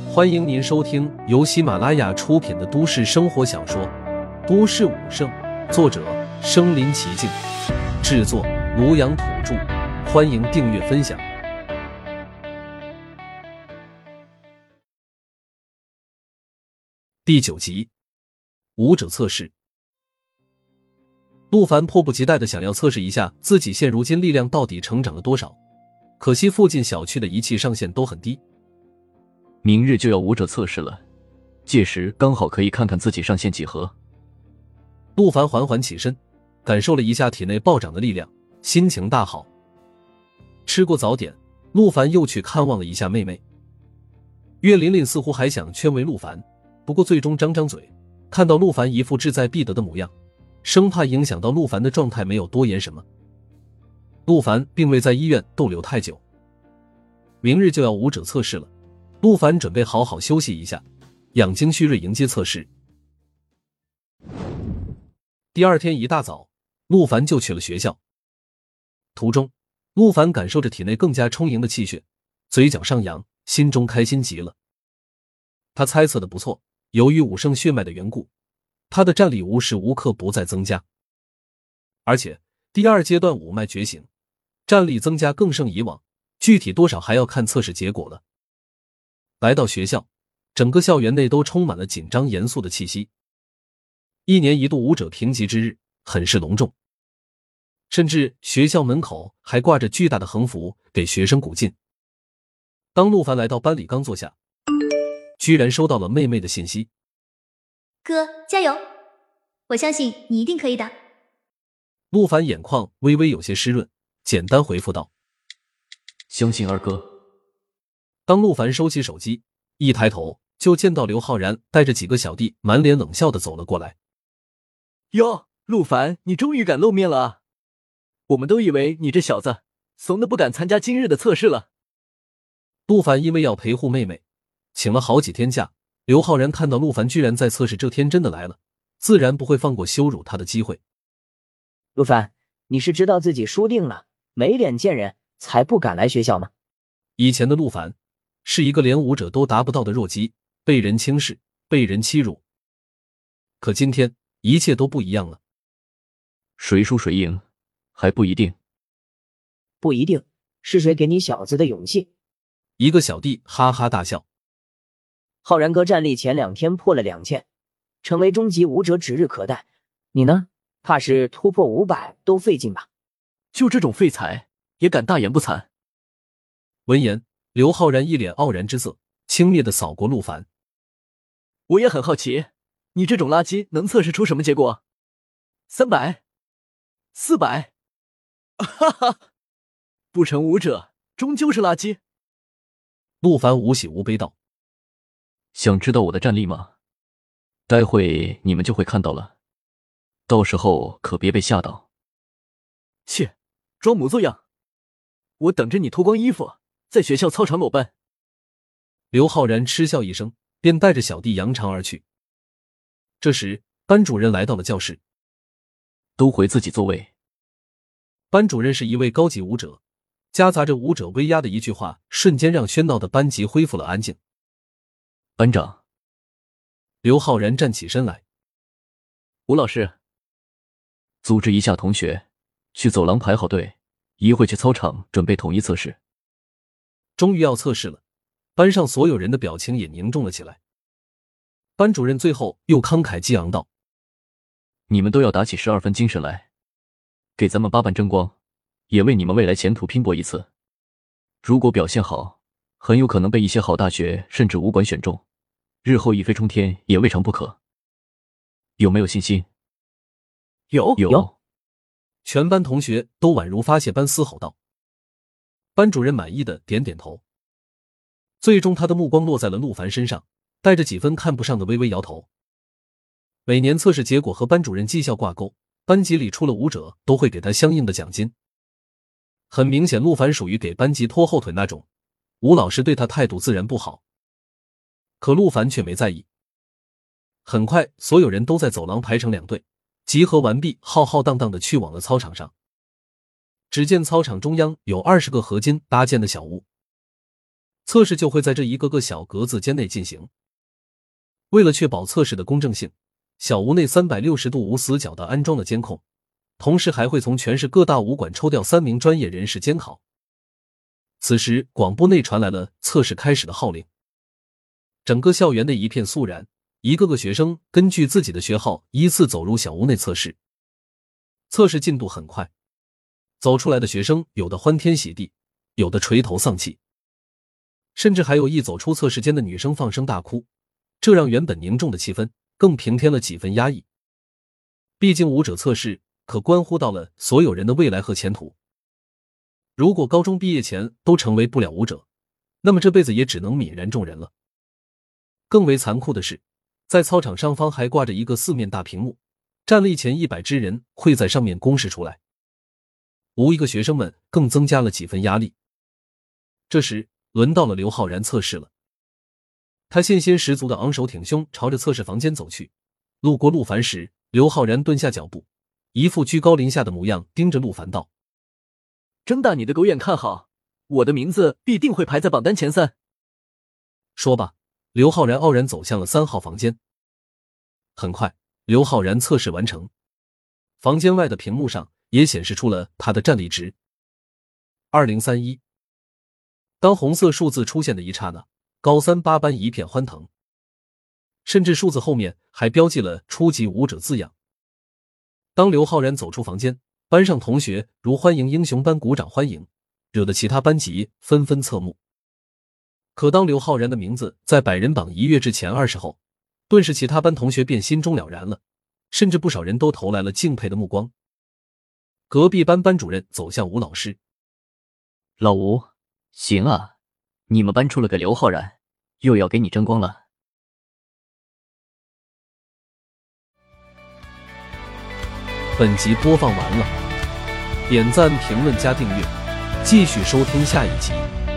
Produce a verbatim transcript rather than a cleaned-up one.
欢迎您收听由喜马拉雅出品的都市生活小说《都市武圣》，作者身临其境，制作庐阳土著。欢迎订阅分享。第九集，武者测试。陆凡迫不及待地想要测试一下自己现如今力量到底成长了多少，可惜附近小区的仪器上限都很低。 明日就要武者测试了，届时刚好可以看看自己上限几何。 陆凡缓缓起身，感受了一下体内暴涨的力量，心情大好。吃过早点，陆凡又去看望了一下妹妹。岳琳琳似乎还想劝慰陆凡，不过最终张张嘴，看到陆凡一副志在必得的模样，生怕影响到陆凡的状态，没有多言什么。陆凡并未在医院逗留太久，明日就要武者测试了，陆凡准备好好休息一下，养精蓄锐迎接测试。第二天一大早，陆凡就去了学校。途中，陆凡感受着体内更加充盈的气血，嘴角上扬，心中开心极了。他猜测的不错，由于武圣血脉的缘故，他的战力无时无刻不在增加，而且第二阶段五脉觉醒，战力增加更胜以往，具体多少还要看测试结果了。来到学校，整个校园内都充满了紧张严肃的气息。一年一度武者评级之日，很是隆重，甚至学校门口还挂着巨大的横幅给学生鼓劲。当陆凡来到班里刚坐下，居然收到了妹妹的信息。 哥，加油！我相信你一定可以的。 陆凡眼眶微微有些湿润，简单回复道： 相信二哥。 当陆凡收起手机，一抬头就见到刘浩然带着几个小弟满脸冷笑的走了过来。 哟，陆凡，你终于敢露面了啊！我们都以为你这小子怂的不敢参加今日的测试了。 陆凡因为要陪护妹妹，请了好几天假。刘浩然看到陆凡居然在测试这天真的来了，自然不会放过羞辱他的机会。 陆凡，你是知道自己输定了，没脸见人，才不敢来学校吗？ 以前的陆凡是一个连武者都达不到的弱鸡，被人轻视，被人欺辱。可今天一切都不一样了。 谁输谁赢还不一定。 不一定，是谁给你小子的勇气？ 一个小弟哈哈大笑。 浩然哥战力前两天破了两千，成为中级武者指日可待。你呢？怕是突破五百都费劲吧？ 就这种废材也敢大言不惭。 闻言，刘浩然一脸傲然之色，轻蔑地扫过陆凡。 我也很好奇，你这种垃圾能测试出什么结果？三百？四百？哈哈，不成武者，终究是垃圾。 陆凡无喜无悲道。 想知道我的战力吗？待会你们就会看到了，到时候可别被吓到。 切，装模作样，我等着你脱光衣服在学校操场裸奔。 刘浩然嗤笑一声，便带着小弟扬长而去。这时班主任来到了教室。 都回自己座位。 班主任是一位高级武者，夹杂着武者威压的一句话，瞬间让喧闹的班级恢复了安静。 班长。 刘浩然站起身来。 吴老师， 组织一下同学去走廊排好队，一会去操场准备统一测试。 终于要测试了，班上所有人的表情也凝重了起来。班主任最后又慷慨激昂道： 你们都要打起十二分精神来，给咱们八班争光，也为你们未来前途拼搏一次。如果表现好，很有可能被一些好大学甚至武馆选中，日后一飞冲天也未尝不可。有没有信心？ 有有有。 全班同学都宛如发泄般嘶吼道。班主任满意的点点头。最终他的目光落在了陆凡身上，带着几分看不上的微微摇头。每年测试结果和班主任绩效挂钩，班级里出了武者都会给他相应的奖金。很明显陆凡属于给班级拖后腿那种，吴老师对他态度自然不好。可陆凡却没在意。很快所有人都在走廊排成两队，集合完毕，浩浩荡荡地去往了操场上。只见操场中央有二十个合金搭建的小屋， 测试就会在这一个个小格子间内进行。为了确保测试的公正性，小屋内三百六十度无死角地安装了监控，同时还会从全市各大武馆抽调三名专业人士监考。此时广播内传来了测试开始的号令，整个校园内一片肃然，一个个学生根据自己的学号依次走入小屋内测试。测试进度很快，走出来的学生有的欢天喜地，有的垂头丧气，甚至还有一走出测试间的女生放声大哭，这让原本凝重的气氛更平添了几分压抑。毕竟武者测试可关乎到了所有人的未来和前途。如果高中毕业前都成为不了武者，那么这辈子也只能泯然众人了。更为残酷的是，在操场上方还挂着一个四面大屏幕，站立前一百支人会在上面公示出来。无疑个学生们更增加了几分压力。这时轮到了刘昊然测试了，他信心十足的昂首挺胸朝着测试房间走去。路过陆凡时，刘昊然蹲下脚步，一副居高临下的模样盯着陆凡道： 睁大你的狗眼看好，我的名字必定会排在榜单前三。 说罢，刘昊然傲然走向了三号房间。很快，刘昊然测试完成，房间外的屏幕上也显示出了他的战力值二零三一。当红色数字出现的一刹那，高三八班一片欢腾，甚至数字后面还标记了初级武者字样。当刘昊然走出房间，班上同学如欢迎英雄般鼓掌欢迎，惹得其他班级纷纷侧目。可当刘昊然的名字在百人榜一跃至前二十后，顿时其他班同学便心中了然了，甚至不少人都投来了敬佩的目光。隔壁班班主任走向吴老师： 老吴，行啊，你们班出了个刘昊然，又要给你争光了。 本集播放完了，点赞、评论加订阅，继续收听下一集。